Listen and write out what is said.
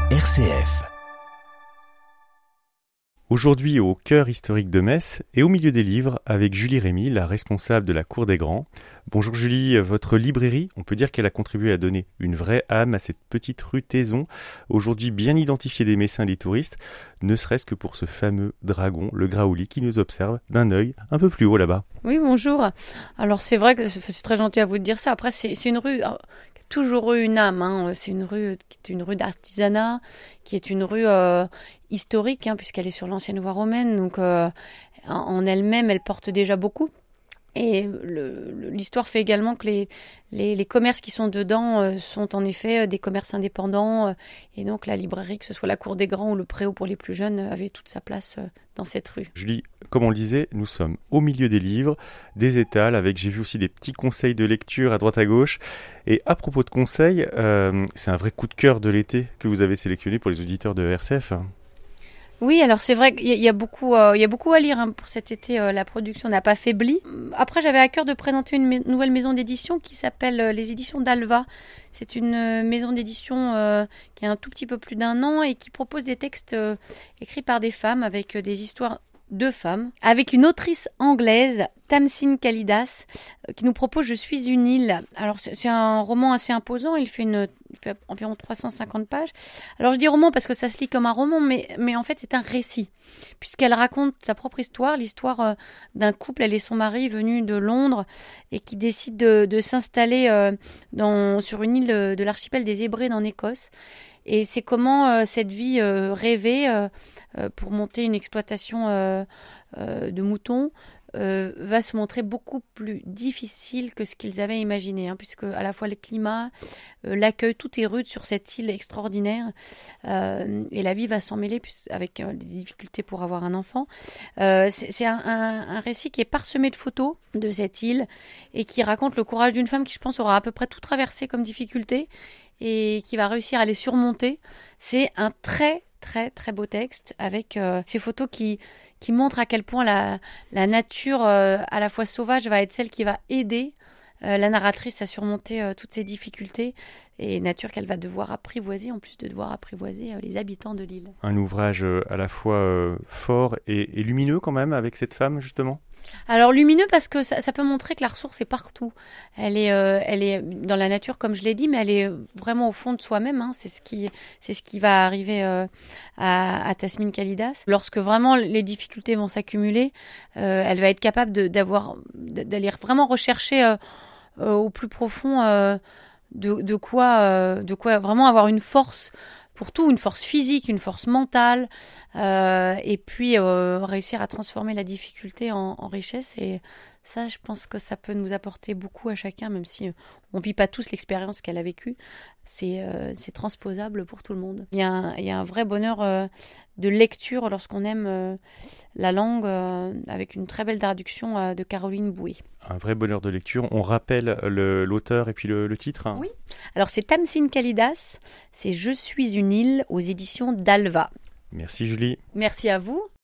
RCF. Aujourd'hui au cœur historique de Metz et au milieu des livres avec Julie Rémy, la responsable de la Cour des Grands. Bonjour Julie, votre librairie, on peut dire qu'elle a contribué à donner une vraie âme à cette petite rue Taizon, aujourd'hui bien identifiée des Messins et des touristes, ne serait-ce que pour ce fameux dragon, le Graouli, qui nous observe d'un œil un peu plus haut là-bas. Oui, bonjour. Alors c'est vrai que c'est très gentil à vous de dire ça. Après, c'est une rue qui a toujours eu une âme, hein. C'est une rue qui est une rue d'artisanat, qui est une rue historique, hein, puisqu'elle est sur l'ancienne voie romaine. Donc en elle-même, elle porte déjà beaucoup. Et l'histoire fait également que les commerces qui sont dedans sont en effet des commerces indépendants. Et donc la librairie, que ce soit la Cour des Grands ou le Préau pour les plus jeunes, avait toute sa place dans cette rue. Julie, comme on le disait, nous sommes au milieu des livres, des étals, avec, j'ai vu aussi des petits conseils de lecture à droite à gauche. Et à propos de conseils, c'est un vrai coup de cœur de l'été que vous avez sélectionné pour les auditeurs de RCF. Oui, alors c'est vrai qu'il y a beaucoup à lire, hein, pour cet été. La production n'a pas faibli. Après, j'avais à cœur de présenter une nouvelle maison d'édition qui s'appelle les éditions d'Alva. C'est une maison d'édition qui a un tout petit peu plus d'un an et qui propose des textes écrits par des femmes avec des histoires de femmes, avec une autrice anglaise, Tamsin Kalidas, qui nous propose Je suis une île. Alors c'est un roman assez imposant, il fait environ 350 pages. Alors je dis roman parce que ça se lit comme un roman, mais en fait c'est un récit, puisqu'elle raconte sa propre histoire, l'histoire d'un couple, elle et son mari venus de Londres et qui décident de s'installer sur une île de l'archipel des Hébrides en Écosse. Et c'est comment cette vie rêvée pour monter une exploitation de moutons va se montrer beaucoup plus difficile que ce qu'ils avaient imaginé, hein, puisque à la fois le climat, l'accueil, tout est rude sur cette île extraordinaire, et la vie va s'en mêler avec des difficultés pour avoir un enfant. C'est un récit qui est parsemé de photos de cette île et qui raconte le courage d'une femme qui, je pense, aura à peu près tout traversé comme difficulté et qui va réussir à les surmonter. C'est un très très beau texte avec ces photos qui montrent à quel point la nature à la fois sauvage va être celle qui va aider la narratrice à surmonter toutes ces difficultés, et nature qu'elle va devoir apprivoiser, en plus de devoir apprivoiser les habitants de l'île. Un ouvrage à la fois fort et lumineux quand même avec cette femme justement. Alors lumineux parce que ça peut montrer que la ressource est partout. Elle est dans la nature comme je l'ai dit, mais elle est vraiment au fond de soi-même, hein. C'est ce qui va arriver à Tamsin Kalidas. Lorsque vraiment les difficultés vont s'accumuler, elle va être capable d'aller vraiment rechercher au plus profond de quoi vraiment avoir une force pour tout, une force physique, une force mentale, et puis réussir à transformer la difficulté en richesse. Et ça, je pense que ça peut nous apporter beaucoup à chacun, même si on ne vit pas tous l'expérience qu'elle a vécue. C'est transposable pour tout le monde. Il y a un vrai bonheur de lecture lorsqu'on aime la langue, avec une très belle traduction de Caroline Bouet. Un vrai bonheur de lecture. On rappelle l'auteur et puis le titre. Oui. Alors c'est Tamsin Kalidas, c'est Je suis une île aux éditions d'Alva. Merci Julie. Merci à vous.